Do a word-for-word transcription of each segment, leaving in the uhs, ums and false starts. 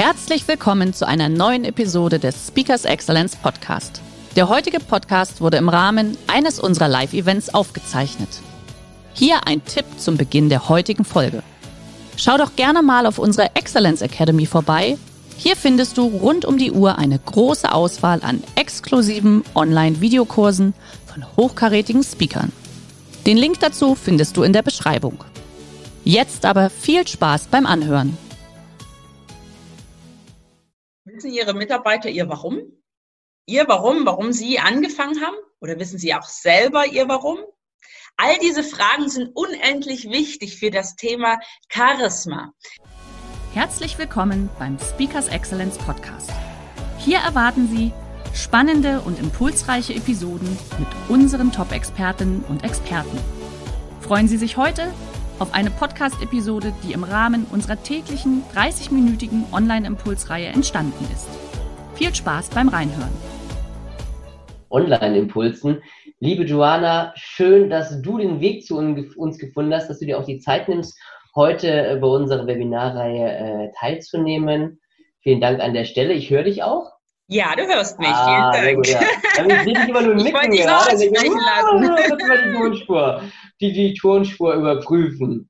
Herzlich willkommen zu einer neuen Episode des Speakers Excellence Podcast. Der heutige Podcast wurde im Rahmen eines unserer Live-Events aufgezeichnet. Hier ein Tipp zum Beginn der heutigen Folge. Schau doch gerne mal auf unserer Excellence Academy vorbei. Hier findest du rund um die Uhr eine große Auswahl an exklusiven Online-Videokursen von hochkarätigen Speakern. Den Link dazu findest du in der Beschreibung. Jetzt aber viel Spaß beim Anhören. Wissen Ihre Mitarbeiter Ihr Warum? Ihr Warum, warum Sie angefangen haben? Oder wissen Sie auch selber Ihr Warum? All diese Fragen sind unendlich wichtig für das Thema Charisma. Herzlich willkommen beim Speakers Excellence Podcast. Hier erwarten Sie spannende und impulsreiche Episoden mit unseren Top-Expertinnen und Experten. Freuen Sie sich heute auf eine Podcast-Episode, die im Rahmen unserer täglichen dreißig-minütigen Online-Impulsreihe entstanden ist. Viel Spaß beim Reinhören. Online-Impulsen. Liebe Joanna, schön, dass du den Weg zu uns gefunden hast, dass du dir auch die Zeit nimmst, heute bei unserer Webinarreihe äh, teilzunehmen. Vielen Dank an der Stelle. Ich höre dich auch. Ja, du hörst mich. Ah, Vielen Dank. Sehr gut, ja. Ich, ich, immer nur ich wollte dich noch aussprechen lassen. Das war die Tonspur. Die, die Tonspur überprüfen.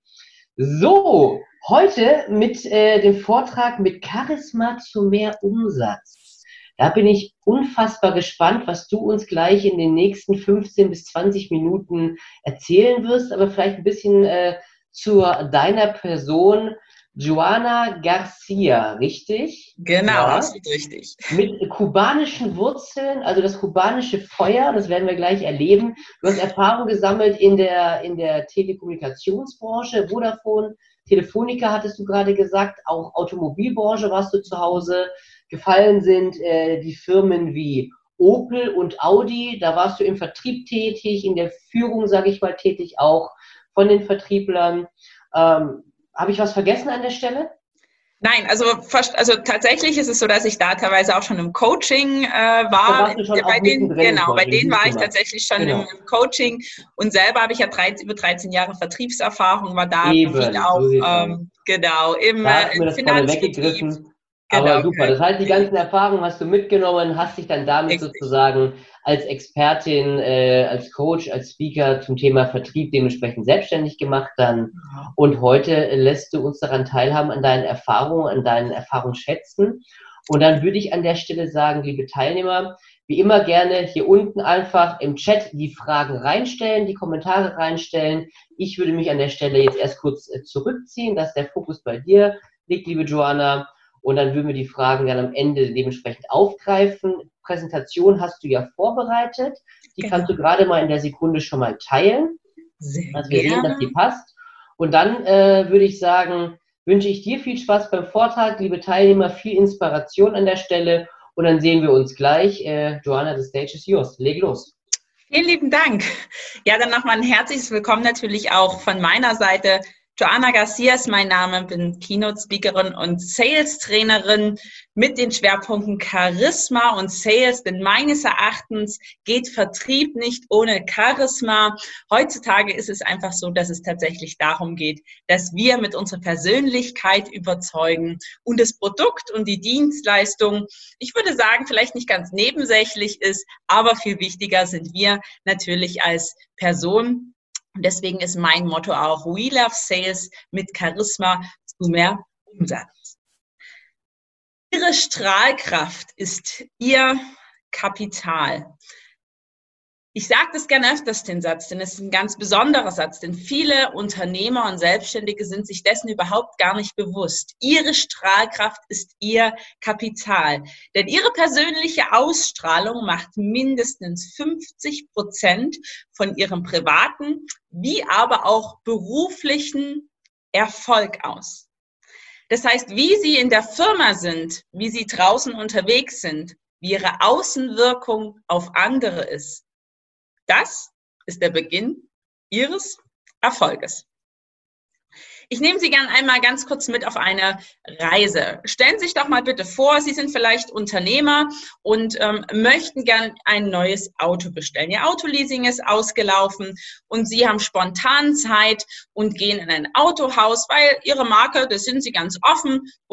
So, heute mit äh, dem Vortrag mit Charisma zu mehr Umsatz. Da bin ich unfassbar gespannt, was du uns gleich in den nächsten fünfzehn bis zwanzig Minuten erzählen wirst, aber vielleicht ein bisschen äh, zu deiner Person. Joanna Garcia, richtig? Genau, ja. Absolut richtig. Mit kubanischen Wurzeln, also das kubanische Feuer, das werden wir gleich erleben. Du hast Erfahrung gesammelt in der, in der Telekommunikationsbranche, Vodafone, Telefonica hattest du gerade gesagt, auch Automobilbranche warst du zu Hause. Gefallen sind äh, die Firmen wie Opel und Audi, da warst du im Vertrieb tätig, in der Führung, sage ich mal, tätig auch von den Vertrieblern. Ähm, Habe ich was vergessen an der Stelle? Nein, also, also tatsächlich ist es so, dass ich da teilweise auch schon im Coaching äh, war. Bei denen, genau, bei denen war ich tatsächlich schon genau. im, im Coaching und selber habe ich ja dreizehn, über dreizehn Jahre Vertriebserfahrung, war da Eben, viel auch so ähm, genau im, da im Finanzvertrieb. Aber genau, super, das heißt, die ganzen Erfahrungen hast du mitgenommen, hast dich dann damit Richtig. sozusagen als Expertin, äh, als Coach, als Speaker zum Thema Vertrieb dementsprechend selbstständig gemacht dann. Ja. Und heute lässt du uns daran teilhaben, an deinen Erfahrungen, an deinen Erfahrungsschätzen. Und dann würde ich an der Stelle sagen, liebe Teilnehmer, wie immer gerne hier unten einfach im Chat die Fragen reinstellen, die Kommentare reinstellen. Ich würde mich an der Stelle jetzt erst kurz äh, zurückziehen, dass der Fokus bei dir liegt, liebe Joanna. Und dann würden wir die Fragen dann am Ende dementsprechend aufgreifen. Präsentation hast du ja vorbereitet. Die genau. kannst du gerade mal in der Sekunde schon mal teilen. Sehr dass wir gerne. sehen, dass die passt. Und dann äh, würde ich sagen, wünsche ich dir viel Spaß beim Vortrag, liebe Teilnehmer, viel Inspiration an der Stelle. Und dann sehen wir uns gleich. Äh, Joanna, the stage is yours. Leg los. Vielen lieben Dank. Ja, dann nochmal ein herzliches Willkommen natürlich auch von meiner Seite. Joanna Garcia ist mein Name, bin Keynote-Speakerin und Sales-Trainerin mit den Schwerpunkten Charisma und Sales, denn meines Erachtens geht Vertrieb nicht ohne Charisma. Heutzutage ist es einfach so, dass es tatsächlich darum geht, dass wir mit unserer Persönlichkeit überzeugen und das Produkt und die Dienstleistung, ich würde sagen, vielleicht nicht ganz nebensächlich ist, aber viel wichtiger sind wir natürlich als Person. Und deswegen ist mein Motto auch We Love Sales mit Charisma zu mehr Umsatz. Ihre Strahlkraft ist Ihr Kapital. Ich sage das gerne öfters, den Satz, denn es ist ein ganz besonderer Satz, denn viele Unternehmer und Selbstständige sind sich dessen überhaupt gar nicht bewusst. Ihre Strahlkraft ist Ihr Kapital, denn Ihre persönliche Ausstrahlung macht mindestens fünfzig Prozent von Ihrem privaten wie aber auch beruflichen Erfolg aus. Das heißt, wie Sie in der Firma sind, wie Sie draußen unterwegs sind, wie Ihre Außenwirkung auf andere ist, das ist der Beginn Ihres Erfolges. Ich nehme Sie gerne einmal ganz kurz mit auf eine Reise. Stellen Sie sich doch mal bitte vor, Sie sind vielleicht Unternehmer und ähm, möchten gern ein neues Auto bestellen. Ihr Autoleasing ist ausgelaufen und Sie haben spontan Zeit und gehen in ein Autohaus, weil Ihre Marke, das sind Sie ganz offen und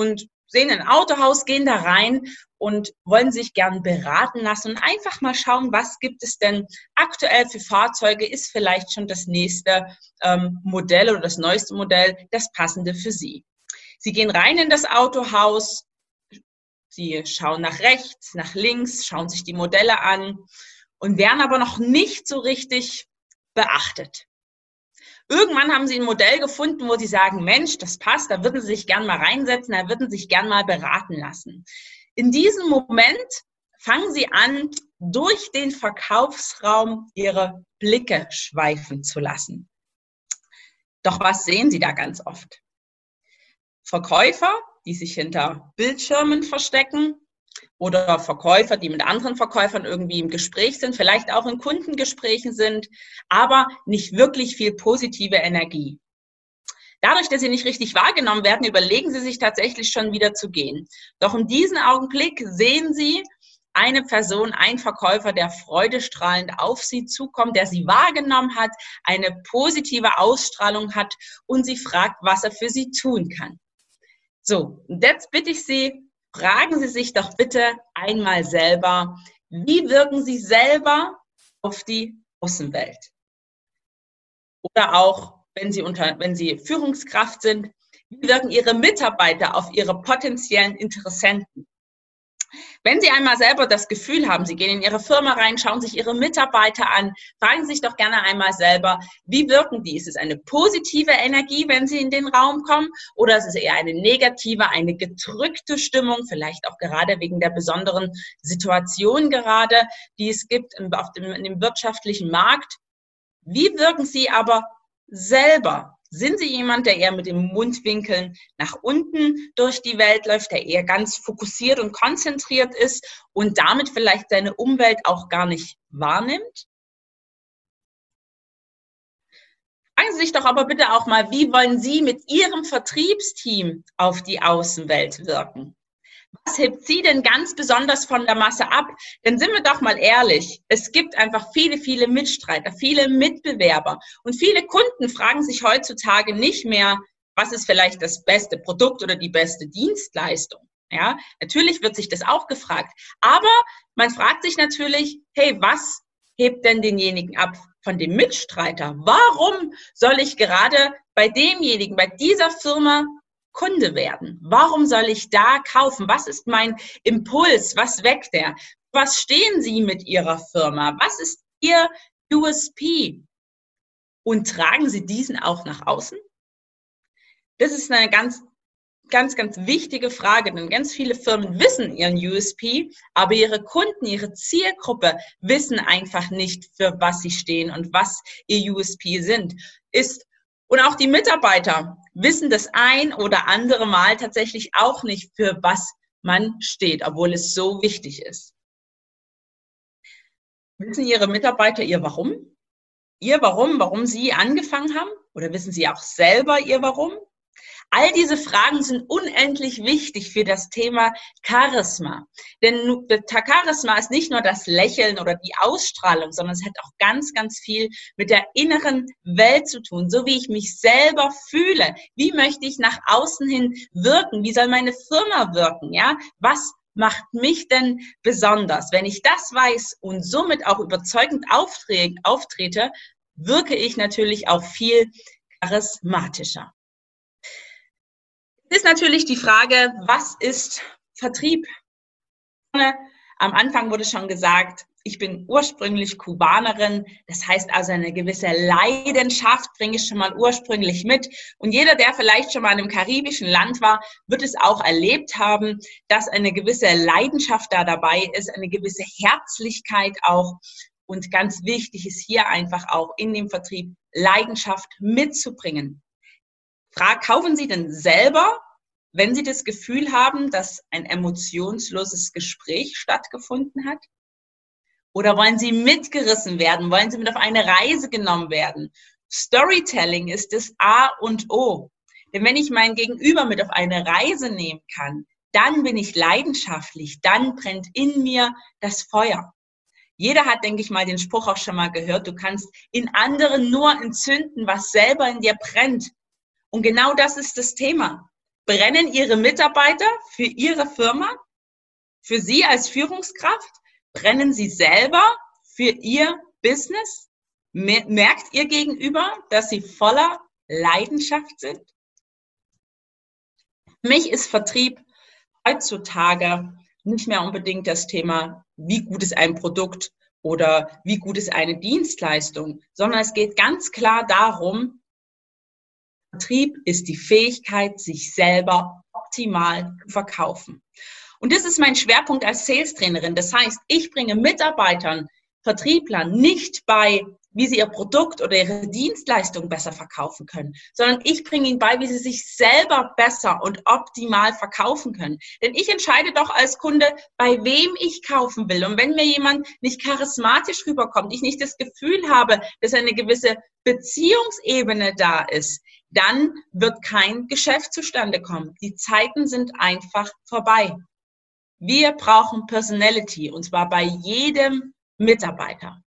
sehen ein Autohaus, gehen da rein und wollen sich gern beraten lassen und einfach mal schauen, was gibt es denn aktuell für Fahrzeuge, ist vielleicht schon das nächste ähm, Modell oder das neueste Modell das passende für Sie. Sie gehen rein in das Autohaus, Sie schauen nach rechts, nach links, schauen sich die Modelle an und werden aber noch nicht so richtig beachtet. Irgendwann haben Sie ein Modell gefunden, wo Sie sagen, Mensch, das passt, da würden Sie sich gern mal reinsetzen, da würden Sie sich gern mal beraten lassen. In diesem Moment fangen Sie an, durch den Verkaufsraum Ihre Blicke schweifen zu lassen. Doch was sehen Sie da ganz oft? Verkäufer, die sich hinter Bildschirmen verstecken oder Verkäufer, die mit anderen Verkäufern irgendwie im Gespräch sind, vielleicht auch in Kundengesprächen sind, aber nicht wirklich viel positive Energie. Dadurch, dass sie nicht richtig wahrgenommen werden, überlegen sie sich tatsächlich schon wieder zu gehen. Doch in diesem Augenblick sehen sie eine Person, ein Verkäufer, der freudestrahlend auf sie zukommt, der sie wahrgenommen hat, eine positive Ausstrahlung hat und sie fragt, was er für sie tun kann. So, und jetzt bitte ich Sie, fragen Sie sich doch bitte einmal selber, wie wirken Sie selber auf die Außenwelt? Oder auch, wenn Sie, unter, wenn Sie Führungskraft sind, wie wirken Ihre Mitarbeiter auf Ihre potenziellen Interessenten? Wenn Sie einmal selber das Gefühl haben, Sie gehen in Ihre Firma rein, schauen sich Ihre Mitarbeiter an, fragen Sie sich doch gerne einmal selber, wie wirken die? Ist es eine positive Energie, wenn Sie in den Raum kommen? Oder ist es eher eine negative, eine gedrückte Stimmung, vielleicht auch gerade wegen der besonderen Situation gerade, die es gibt auf dem, in dem wirtschaftlichen Markt? Wie wirken Sie aber selber? Sind Sie jemand, der eher mit dem Mundwinkeln nach unten durch die Welt läuft, der eher ganz fokussiert und konzentriert ist und damit vielleicht seine Umwelt auch gar nicht wahrnimmt? Fragen Sie sich doch aber bitte auch mal, wie wollen Sie mit Ihrem Vertriebsteam auf die Außenwelt wirken? Was hebt Sie denn ganz besonders von der Masse ab? Denn sind wir doch mal ehrlich, es gibt einfach viele, viele Mitstreiter, viele Mitbewerber und viele Kunden fragen sich heutzutage nicht mehr, was ist vielleicht das beste Produkt oder die beste Dienstleistung. Ja, natürlich wird sich das auch gefragt, aber man fragt sich natürlich, hey, was hebt denn denjenigen ab von dem Mitstreiter? Warum soll ich gerade bei demjenigen, bei dieser Firma Kunde werden? Warum soll ich da kaufen? Was ist mein Impuls? Was weckt der? Was stehen Sie mit Ihrer Firma? Was ist Ihr U S P? Und tragen Sie diesen auch nach außen? Das ist eine ganz, ganz, ganz wichtige Frage, denn ganz viele Firmen wissen ihren U S P, aber ihre Kunden, ihre Zielgruppe wissen einfach nicht, für was sie stehen und was ihr U S P sind, ist. Und auch die Mitarbeiter wissen das ein oder andere Mal tatsächlich auch nicht, für was man steht, obwohl es so wichtig ist. Wissen Ihre Mitarbeiter ihr Warum? Ihr Warum, warum Sie angefangen haben? Oder wissen Sie auch selber Ihr Warum? All diese Fragen sind unendlich wichtig für das Thema Charisma. Denn Charisma ist nicht nur das Lächeln oder die Ausstrahlung, sondern es hat auch ganz, ganz viel mit der inneren Welt zu tun. So wie ich mich selber fühle. Wie möchte ich nach außen hin wirken? Wie soll meine Firma wirken? Ja, was macht mich denn besonders? Wenn ich das weiß und somit auch überzeugend auftrete, wirke ich natürlich auch viel charismatischer. Ist natürlich die Frage, was ist Vertrieb? Am Anfang wurde schon gesagt, ich bin ursprünglich Kubanerin. Das heißt also, eine gewisse Leidenschaft bringe ich schon mal ursprünglich mit. Und jeder, der vielleicht schon mal in einem karibischen Land war, wird es auch erlebt haben, dass eine gewisse Leidenschaft da dabei ist, eine gewisse Herzlichkeit auch. Und ganz wichtig ist hier einfach auch in dem Vertrieb Leidenschaft mitzubringen. Frag, kaufen Sie denn selber, wenn Sie das Gefühl haben, dass ein emotionsloses Gespräch stattgefunden hat? Oder wollen Sie mitgerissen werden? Wollen Sie mit auf eine Reise genommen werden? Storytelling ist das A und O. Denn wenn ich mein Gegenüber mit auf eine Reise nehmen kann, dann bin ich leidenschaftlich, dann brennt in mir das Feuer. Jeder hat, denke ich mal, den Spruch auch schon mal gehört, du kannst in anderen nur entzünden, was selber in dir brennt. Und genau das ist das Thema. Brennen Ihre Mitarbeiter für Ihre Firma, für Sie als Führungskraft? Brennen Sie selber für Ihr Business? Merkt Ihr Gegenüber, dass Sie voller Leidenschaft sind? Für mich ist Vertrieb heutzutage nicht mehr unbedingt das Thema, wie gut ist ein Produkt oder wie gut ist eine Dienstleistung, sondern es geht ganz klar darum, Vertrieb ist die Fähigkeit, sich selber optimal zu verkaufen. Und das ist mein Schwerpunkt als Sales-Trainerin. Das heißt, ich bringe Mitarbeitern, Vertrieblern nicht bei, wie sie ihr Produkt oder ihre Dienstleistung besser verkaufen können, sondern ich bringe ihnen bei, wie sie sich selber besser und optimal verkaufen können. Denn ich entscheide doch als Kunde, bei wem ich kaufen will. Und wenn mir jemand nicht charismatisch rüberkommt, ich nicht das Gefühl habe, dass eine gewisse Beziehungsebene da ist, dann wird kein Geschäft zustande kommen. Die Zeiten sind einfach vorbei. Wir brauchen Personality, und zwar bei jedem Mitarbeiter.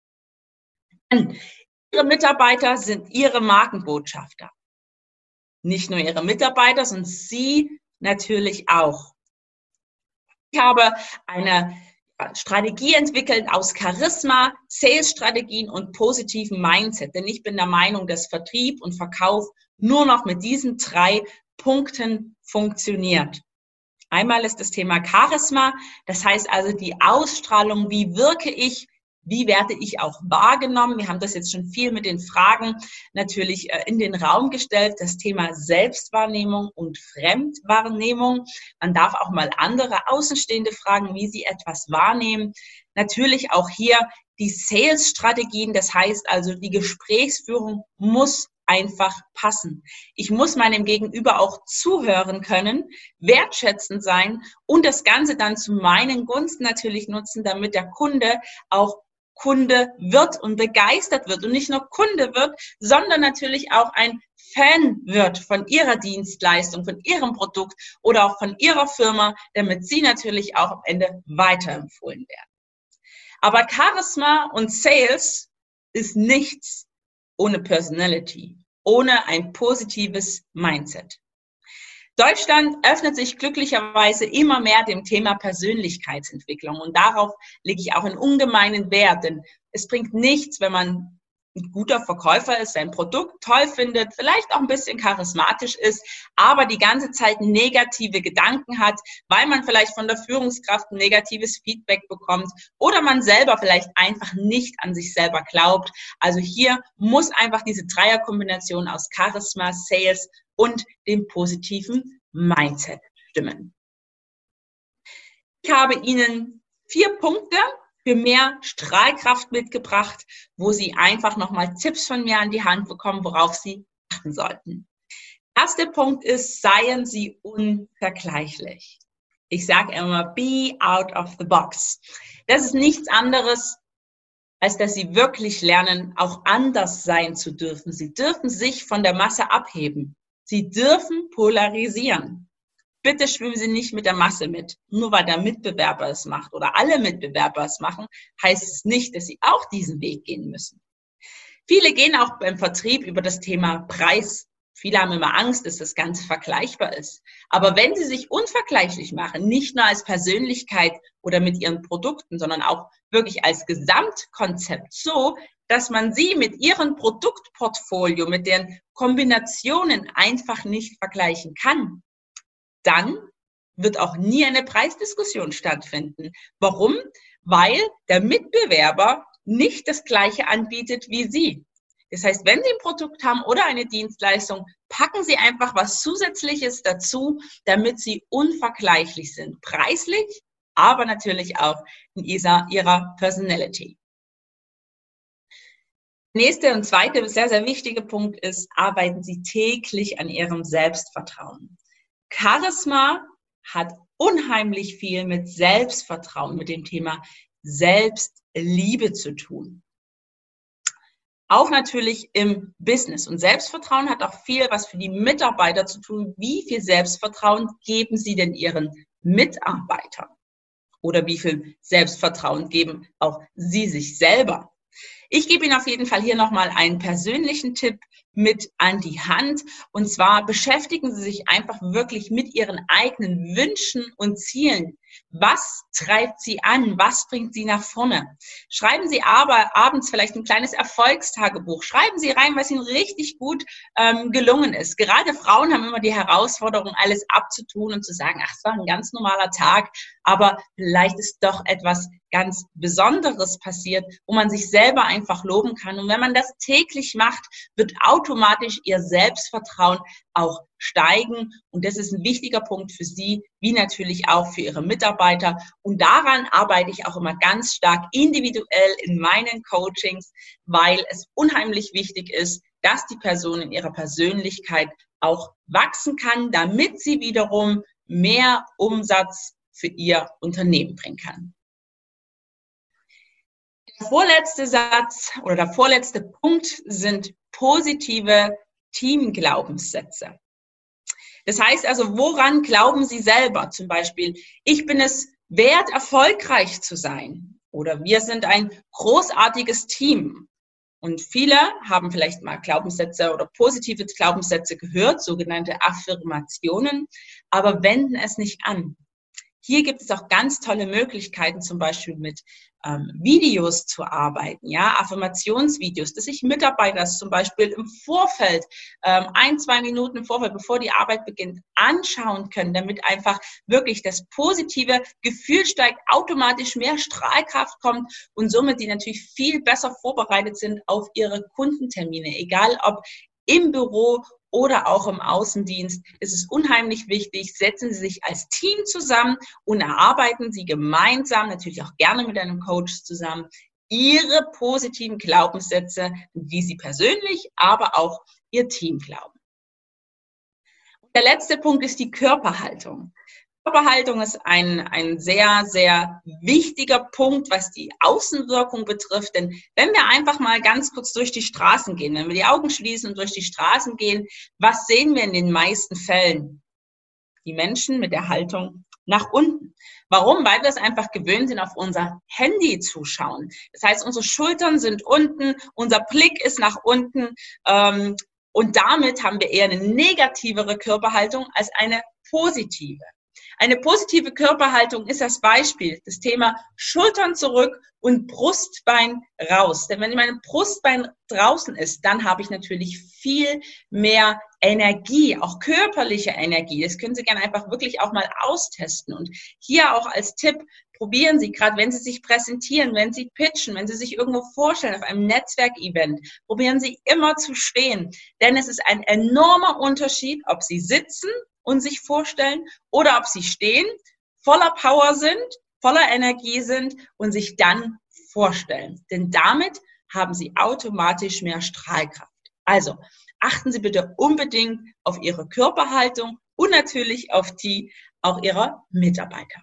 Ihre Mitarbeiter sind Ihre Markenbotschafter. Nicht nur Ihre Mitarbeiter, sondern Sie natürlich auch. Ich habe eine Strategie entwickelt aus Charisma, Sales-Strategien und positiven Mindset. Denn ich bin der Meinung, dass Vertrieb und Verkauf nur noch mit diesen drei Punkten funktioniert. Einmal ist das Thema Charisma, das heißt also die Ausstrahlung, wie wirke ich, wie werde ich auch wahrgenommen. Wir haben das jetzt schon viel mit den Fragen natürlich in den Raum gestellt, das Thema Selbstwahrnehmung und Fremdwahrnehmung. Man darf auch mal andere Außenstehende fragen, wie sie etwas wahrnehmen. Natürlich auch hier die Sales-Strategien, das heißt also die Gesprächsführung muss einfach passen. Ich muss meinem Gegenüber auch zuhören können, wertschätzend sein und das Ganze dann zu meinen Gunsten natürlich nutzen, damit der Kunde auch Kunde wird und begeistert wird und nicht nur Kunde wird, sondern natürlich auch ein Fan wird von Ihrer Dienstleistung, von Ihrem Produkt oder auch von Ihrer Firma, damit Sie natürlich auch am Ende weiterempfohlen werden. Aber Charisma und Sales ist nichts ohne Personality, ohne ein positives Mindset. Deutschland öffnet sich glücklicherweise immer mehr dem Thema Persönlichkeitsentwicklung und darauf lege ich auch einen ungemeinen Wert, denn es bringt nichts, wenn man ein guter Verkäufer ist, sein Produkt toll findet, vielleicht auch ein bisschen charismatisch ist, aber die ganze Zeit negative Gedanken hat, weil man vielleicht von der Führungskraft ein negatives Feedback bekommt oder man selber vielleicht einfach nicht an sich selber glaubt. Also hier muss einfach diese Dreierkombination aus Charisma, Sales und dem positiven Mindset stimmen. Ich habe Ihnen vier Punkte für mehr Strahlkraft mitgebracht, wo Sie einfach nochmal Tipps von mir an die Hand bekommen, worauf Sie achten sollten. Erster Punkt ist, seien Sie unvergleichlich. Ich sage immer, be out of the box. Das ist nichts anderes, als dass Sie wirklich lernen, auch anders sein zu dürfen. Sie dürfen sich von der Masse abheben. Sie dürfen polarisieren. Bitte schwimmen Sie nicht mit der Masse mit. Nur weil der Mitbewerber es macht oder alle Mitbewerber es machen, heißt es nicht, dass Sie auch diesen Weg gehen müssen. Viele gehen auch beim Vertrieb über das Thema Preis. Viele haben immer Angst, dass das Ganze vergleichbar ist. Aber wenn Sie sich unvergleichlich machen, nicht nur als Persönlichkeit oder mit Ihren Produkten, sondern auch wirklich als Gesamtkonzept so, dass man Sie mit Ihrem Produktportfolio, mit den Kombinationen einfach nicht vergleichen kann, dann wird auch nie eine Preisdiskussion stattfinden. Warum? Weil der Mitbewerber nicht das Gleiche anbietet wie Sie. Das heißt, wenn Sie ein Produkt haben oder eine Dienstleistung, packen Sie einfach was Zusätzliches dazu, damit Sie unvergleichlich sind. Preislich, aber natürlich auch in Ihrer Personality. Nächster und zweiter sehr, sehr wichtiger Punkt ist, arbeiten Sie täglich an Ihrem Selbstvertrauen. Charisma hat unheimlich viel mit Selbstvertrauen, mit dem Thema Selbstliebe zu tun. Auch natürlich im Business. Und Selbstvertrauen hat auch viel was für die Mitarbeiter zu tun. Wie viel Selbstvertrauen geben Sie denn Ihren Mitarbeitern? Oder wie viel Selbstvertrauen geben auch Sie sich selber? Ich gebe Ihnen auf jeden Fall hier nochmal einen persönlichen Tipp mit an die Hand. Und zwar beschäftigen Sie sich einfach wirklich mit Ihren eigenen Wünschen und Zielen. Was treibt Sie an? Was bringt Sie nach vorne? Schreiben Sie aber abends vielleicht ein kleines Erfolgstagebuch. Schreiben Sie rein, was Ihnen richtig gut ähm, gelungen ist. Gerade Frauen haben immer die Herausforderung, alles abzutun und zu sagen, ach, es war ein ganz normaler Tag, aber vielleicht ist doch etwas ganz Besonderes passiert, wo man sich selber einfach loben kann. Und wenn man das täglich macht, wird automatisch Ihr Selbstvertrauen auch steigen. Und das ist ein wichtiger Punkt für Sie, wie natürlich auch für Ihre Mitarbeiter. Und daran arbeite ich auch immer ganz stark individuell in meinen Coachings, weil es unheimlich wichtig ist, dass die Person in ihrer Persönlichkeit auch wachsen kann, damit sie wiederum mehr Umsatz für ihr Unternehmen bringen kann. Der vorletzte Satz oder der vorletzte Punkt sind positive Teamglaubenssätze. Das heißt also, woran glauben Sie selber? Zum Beispiel, ich bin es wert, erfolgreich zu sein. Oder wir sind ein großartiges Team. Und viele haben vielleicht mal Glaubenssätze oder positive Glaubenssätze gehört, sogenannte Affirmationen, aber wenden es nicht an. Hier gibt es auch ganz tolle Möglichkeiten, zum Beispiel mit ähm, Videos zu arbeiten, ja, Affirmationsvideos, dass sich Mitarbeiter das zum Beispiel im Vorfeld, ähm, ein, zwei Minuten im Vorfeld, bevor die Arbeit beginnt, anschauen können, damit einfach wirklich das positive Gefühl steigt, automatisch mehr Strahlkraft kommt und somit die natürlich viel besser vorbereitet sind auf ihre Kundentermine, egal ob im Büro oder auch im Außendienst. Es ist unheimlich wichtig, setzen Sie sich als Team zusammen und erarbeiten Sie gemeinsam, natürlich auch gerne mit einem Coach zusammen, Ihre positiven Glaubenssätze, wie Sie persönlich, aber auch Ihr Team glauben. Und der letzte Punkt ist die Körperhaltung. Körperhaltung ist ein, ein sehr, sehr wichtiger Punkt, was die Außenwirkung betrifft. Denn wenn wir einfach mal ganz kurz durch die Straßen gehen, wenn wir die Augen schließen und durch die Straßen gehen, was sehen wir in den meisten Fällen? Die Menschen mit der Haltung nach unten. Warum? Weil wir es einfach gewöhnt sind, auf unser Handy zu schauen. Das heißt, unsere Schultern sind unten, unser Blick ist nach unten ähm, und damit haben wir eher eine negativere Körperhaltung als eine positive. Eine positive Körperhaltung ist das Beispiel, das Thema Schultern zurück und Brustbein raus. Denn wenn mein Brustbein draußen ist, dann habe ich natürlich viel mehr Energie, auch körperliche Energie. Das können Sie gerne einfach wirklich auch mal austesten. Und hier auch als Tipp, probieren Sie, gerade wenn Sie sich präsentieren, wenn Sie pitchen, wenn Sie sich irgendwo vorstellen auf einem Netzwerkevent, probieren Sie immer zu stehen. Denn es ist ein enormer Unterschied, ob Sie sitzen und sich vorstellen oder ob sie stehen, voller Power sind, voller Energie sind und sich dann vorstellen. Denn damit haben sie automatisch mehr Strahlkraft. Also achten Sie bitte unbedingt auf Ihre Körperhaltung und natürlich auf die auch Ihrer Mitarbeiter.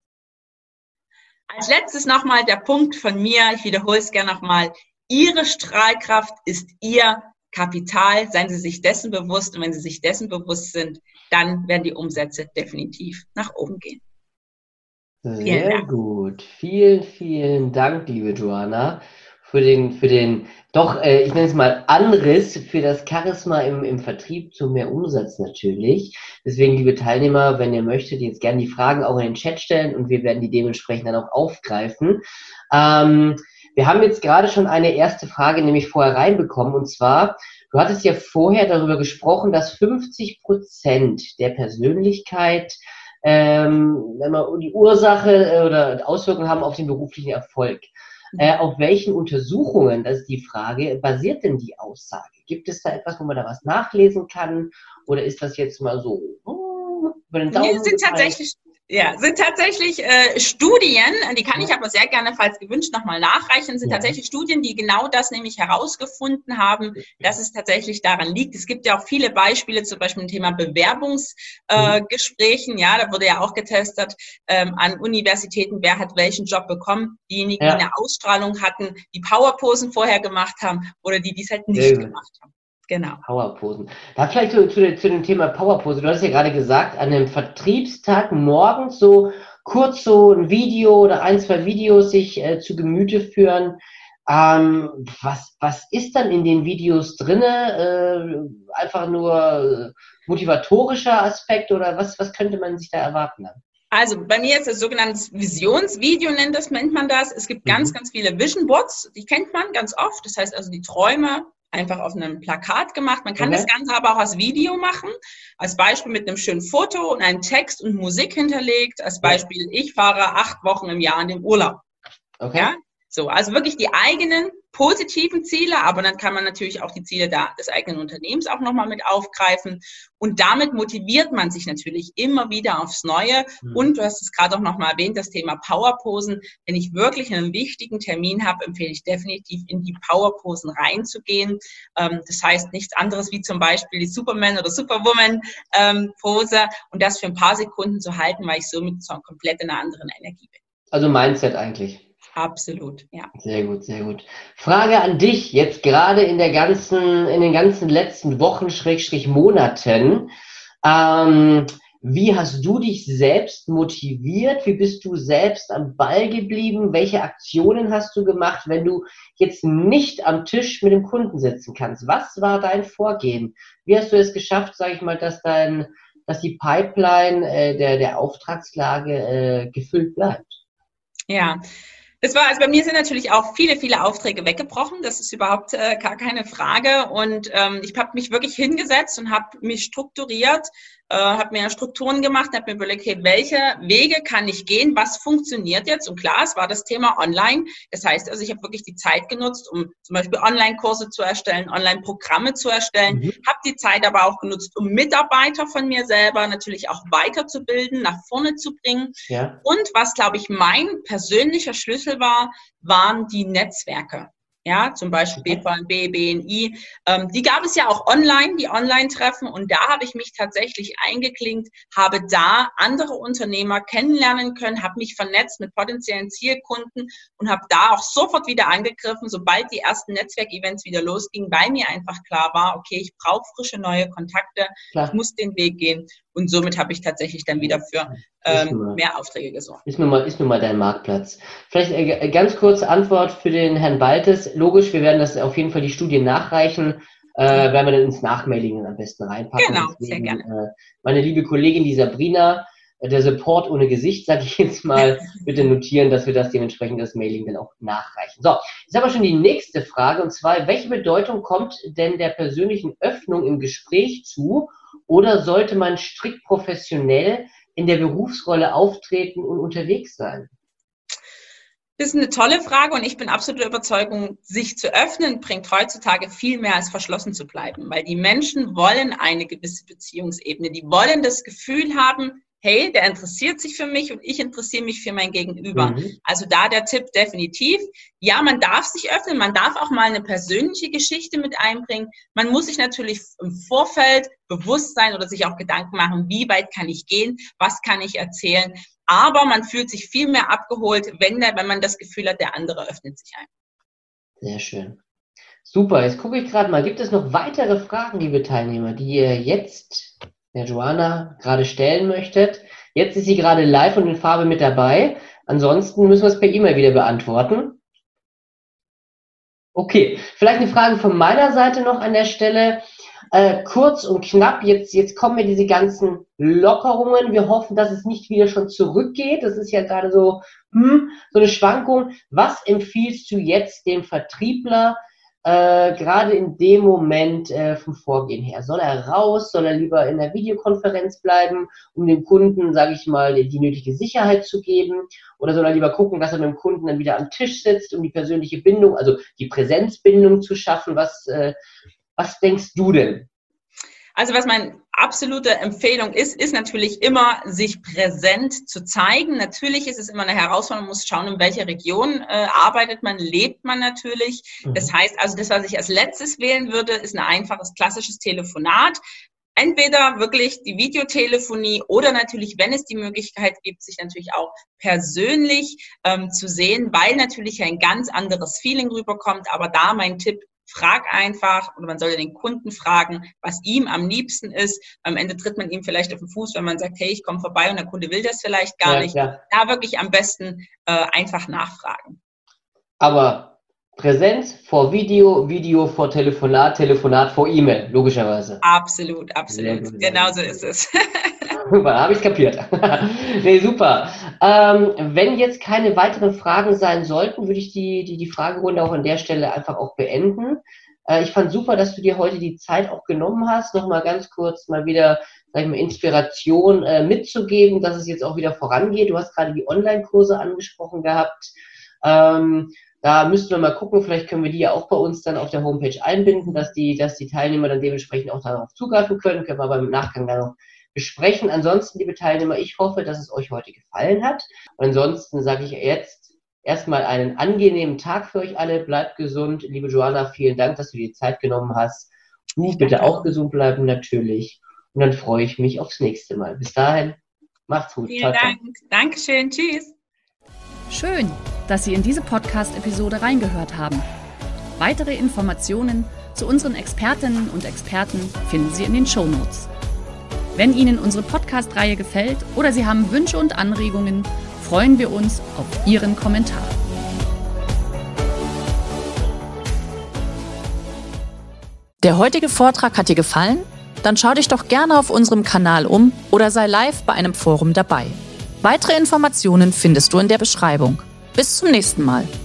Als letztes nochmal der Punkt von mir, ich wiederhole es gerne nochmal, Ihre Strahlkraft ist Ihr Kapital, seien Sie sich dessen bewusst und wenn Sie sich dessen bewusst sind, dann werden die Umsätze definitiv nach oben gehen. Sehr gut. Vielen, vielen Dank, liebe Joanna, für den, für den doch, äh, ich nenne es mal Anriss für das Charisma im, im Vertrieb zu mehr Umsatz natürlich. Deswegen, liebe Teilnehmer, wenn ihr möchtet, jetzt gerne die Fragen auch in den Chat stellen und wir werden die dementsprechend dann auch aufgreifen. Ähm, Wir haben jetzt gerade schon eine erste Frage nämlich vorher reinbekommen und zwar, du hattest ja vorher darüber gesprochen, dass fünfzig Prozent der Persönlichkeit ähm, wenn man die Ursache oder Auswirkungen haben auf den beruflichen Erfolg. Äh, auf welchen Untersuchungen, das ist die Frage, basiert denn die Aussage? Gibt es da etwas, wo man da was nachlesen kann oder ist das jetzt mal so oh, über den Daumen? Wir sind tatsächlich Ja, sind tatsächlich äh, Studien, die kann ich aber sehr gerne, falls gewünscht, nochmal nachreichen, sind ja. tatsächlich Studien, die genau das nämlich herausgefunden haben, dass es tatsächlich daran liegt. Es gibt ja auch viele Beispiele, zum Beispiel im Thema Bewerbungsgesprächen, äh, ja, da wurde ja auch getestet ähm, an Universitäten, wer hat welchen Job bekommen, diejenigen, ja. die eine Ausstrahlung hatten, die Powerposen vorher gemacht haben oder die, die es halt nicht gemacht haben. Genau. Powerposen. Da vielleicht zu, zu, zu dem Thema Powerpose. Du hast ja gerade gesagt, an einem Vertriebstag morgens so kurz so ein Video oder ein, zwei Videos sich äh, zu Gemüte führen. Ähm, was, was ist dann in den Videos drinne? Äh, einfach nur motivatorischer Aspekt oder was, was könnte man sich da erwarten? Also bei mir ist das sogenanntes Visionsvideo, nennt, das, nennt man das. Es gibt ganz, mhm. ganz viele Vision Boards, die kennt man ganz oft. Das heißt also die Träume einfach auf einem Plakat gemacht. Man kann okay. das Ganze aber auch als Video machen. Als Beispiel mit einem schönen Foto und einem Text und Musik hinterlegt. Als Beispiel, ich fahre acht Wochen im Jahr in den Urlaub. Okay. Ja? So, also wirklich die eigenen positiven Ziele, aber dann kann man natürlich auch die Ziele da, des eigenen Unternehmens auch nochmal mit aufgreifen. Und damit motiviert man sich natürlich immer wieder aufs Neue. Mhm. Und du hast es gerade auch nochmal erwähnt, das Thema Powerposen. Wenn ich wirklich einen wichtigen Termin habe, empfehle ich definitiv in die Powerposen reinzugehen. Ähm, das heißt nichts anderes wie zum Beispiel die Superman- oder Superwoman-Pose ähm, und das für ein paar Sekunden zu halten, weil ich somit so komplett in einer anderen Energie bin. Also Mindset eigentlich. Absolut, ja. Sehr gut, sehr gut. Frage an dich, jetzt gerade in der ganzen, in den ganzen letzten Wochen, Schrägstrich Monaten. Ähm, wie hast du dich selbst motiviert? Wie bist du selbst am Ball geblieben? Welche Aktionen hast du gemacht, wenn du jetzt nicht am Tisch mit dem Kunden sitzen kannst? Was war dein Vorgehen? Wie hast du es geschafft, sage ich mal, dass dein, dass die Pipeline äh, der, der Auftragslage äh, gefüllt bleibt? Ja. Das war, also bei mir sind natürlich auch viele, viele Aufträge weggebrochen. Das ist überhaupt äh, gar keine Frage. Und ähm, ich habe mich wirklich hingesetzt und habe mich strukturiert, äh, habe mir Strukturen gemacht, habe mir überlegt, okay, welche Wege kann ich gehen, was funktioniert jetzt? Und klar, es war das Thema Online. Das heißt also, ich habe wirklich die Zeit genutzt, um zum Beispiel Online-Kurse zu erstellen, Online-Programme zu erstellen, mhm. habe die Zeit aber auch genutzt, um Mitarbeiter von mir selber natürlich auch weiterzubilden, nach vorne zu bringen. Ja. Und was, glaube ich, mein persönlicher Schlüssel war, waren die Netzwerke. Ja, zum Beispiel B V N B, B N I. Ähm, die gab es ja auch online, die Online-Treffen. Und da habe ich mich tatsächlich eingeklinkt, habe da andere Unternehmer kennenlernen können, habe mich vernetzt mit potenziellen Zielkunden und habe da auch sofort wieder angegriffen, sobald die ersten Netzwerkevents wieder losgingen, weil mir einfach klar war, okay, ich brauche frische neue Kontakte, klar. Ich muss den Weg gehen. Und somit habe ich tatsächlich dann wieder für ähm, mehr Aufträge gesorgt. Ist nun mal, ist nun mal dein Marktplatz. Vielleicht äh, ganz kurze Antwort für den Herrn Baltes. Logisch, wir werden das auf jeden Fall die Studien nachreichen, äh, werden wir dann ins Nachmailingen am besten reinpacken. Genau, Deswegen, sehr gerne. Äh, meine liebe Kollegin, die Sabrina, äh, der Support ohne Gesicht, sage ich jetzt mal, bitte notieren, dass wir das dementsprechend das Mailing dann auch nachreichen. So, jetzt haben wir schon die nächste Frage, und zwar, welche Bedeutung kommt denn der persönlichen Öffnung im Gespräch zu? Oder sollte man strikt professionell in der Berufsrolle auftreten und unterwegs sein? Das ist eine tolle Frage und ich bin absolut der Überzeugung, sich zu öffnen bringt heutzutage viel mehr als verschlossen zu bleiben, weil die Menschen wollen eine gewisse Beziehungsebene, die wollen das Gefühl haben, hey, der interessiert sich für mich und ich interessiere mich für mein Gegenüber. Mhm. Also da der Tipp definitiv. Ja, man darf sich öffnen, man darf auch mal eine persönliche Geschichte mit einbringen. Man muss sich natürlich im Vorfeld bewusst sein oder sich auch Gedanken machen, wie weit kann ich gehen, was kann ich erzählen. Aber man fühlt sich viel mehr abgeholt, wenn, der, wenn man das Gefühl hat, der andere öffnet sich ein. Sehr schön. Super, jetzt gucke ich gerade mal, gibt es noch weitere Fragen, liebe Teilnehmer, die ihr jetzt der Joanna gerade stellen möchtet? Jetzt ist sie gerade live und in Farbe mit dabei. Ansonsten müssen wir es per E-Mail wieder beantworten. Okay, vielleicht eine Frage von meiner Seite noch an der Stelle. Äh, kurz und knapp, jetzt, jetzt kommen mir diese ganzen Lockerungen. Wir hoffen, dass es nicht wieder schon zurückgeht. Das ist ja gerade so, hm, so eine Schwankung. Was empfiehlst du jetzt dem Vertriebler, äh, gerade in dem Moment äh, vom Vorgehen her? Soll er raus? Soll er lieber in der Videokonferenz bleiben, um dem Kunden, sage ich mal, die, die nötige Sicherheit zu geben? Oder soll er lieber gucken, dass er mit dem Kunden dann wieder am Tisch sitzt, um die persönliche Bindung, also die Präsenzbindung zu schaffen? Was, äh, was denkst du denn? Also was meine absolute Empfehlung ist, ist natürlich immer, sich präsent zu zeigen. Natürlich ist es immer eine Herausforderung, man muss schauen, in welcher Region äh, arbeitet man, lebt man natürlich. Mhm. Das heißt also, das, was ich als letztes wählen würde, ist ein einfaches, klassisches Telefonat. Entweder wirklich die Videotelefonie oder natürlich, wenn es die Möglichkeit gibt, sich natürlich auch persönlich ähm, zu sehen, weil natürlich ein ganz anderes Feeling rüberkommt. Aber da mein Tipp, frag einfach, oder man sollte den Kunden fragen, was ihm am liebsten ist. Am Ende tritt man ihm vielleicht auf den Fuß, wenn man sagt, hey, ich komme vorbei und der Kunde will das vielleicht gar ja, nicht. Ja. Da wirklich am besten äh, einfach nachfragen. Aber Präsenz vor Video, Video vor Telefonat, Telefonat vor E-Mail, logischerweise. Absolut, absolut. Genau so ist es. Super, habe ich kapiert. Nee, super. Ähm, wenn jetzt keine weiteren Fragen sein sollten, würde ich die, die, die Fragerunde auch an der Stelle einfach auch beenden. Äh, ich fand super, dass du dir heute die Zeit auch genommen hast, nochmal ganz kurz mal wieder, sag ich mal, Inspiration äh, mitzugeben, dass es jetzt auch wieder vorangeht. Du hast gerade die Online-Kurse angesprochen gehabt. Ähm, da müssten wir mal gucken, vielleicht können wir die ja auch bei uns dann auf der Homepage einbinden, dass die, dass die Teilnehmer dann dementsprechend auch darauf zugreifen können. Können wir aber im Nachgang dann noch besprechen. Ansonsten, liebe Teilnehmer, ich hoffe, dass es euch heute gefallen hat. Und ansonsten sage ich jetzt erstmal einen angenehmen Tag für euch alle. Bleibt gesund. Liebe Joanna, vielen Dank, dass du dir die Zeit genommen hast. Du bitte auch gesund bleiben, natürlich. Und dann freue ich mich aufs nächste Mal. Bis dahin, macht's gut. Vielen ciao, Dank. Ciao. Dankeschön. Tschüss. Schön, dass Sie in diese Podcast-Episode reingehört haben. Weitere Informationen zu unseren Expertinnen und Experten finden Sie in den Shownotes. Wenn Ihnen unsere Podcast-Reihe gefällt oder Sie haben Wünsche und Anregungen, freuen wir uns auf Ihren Kommentar. Der heutige Vortrag hat dir gefallen? Dann schau dich doch gerne auf unserem Kanal um oder sei live bei einem Forum dabei. Weitere Informationen findest du in der Beschreibung. Bis zum nächsten Mal.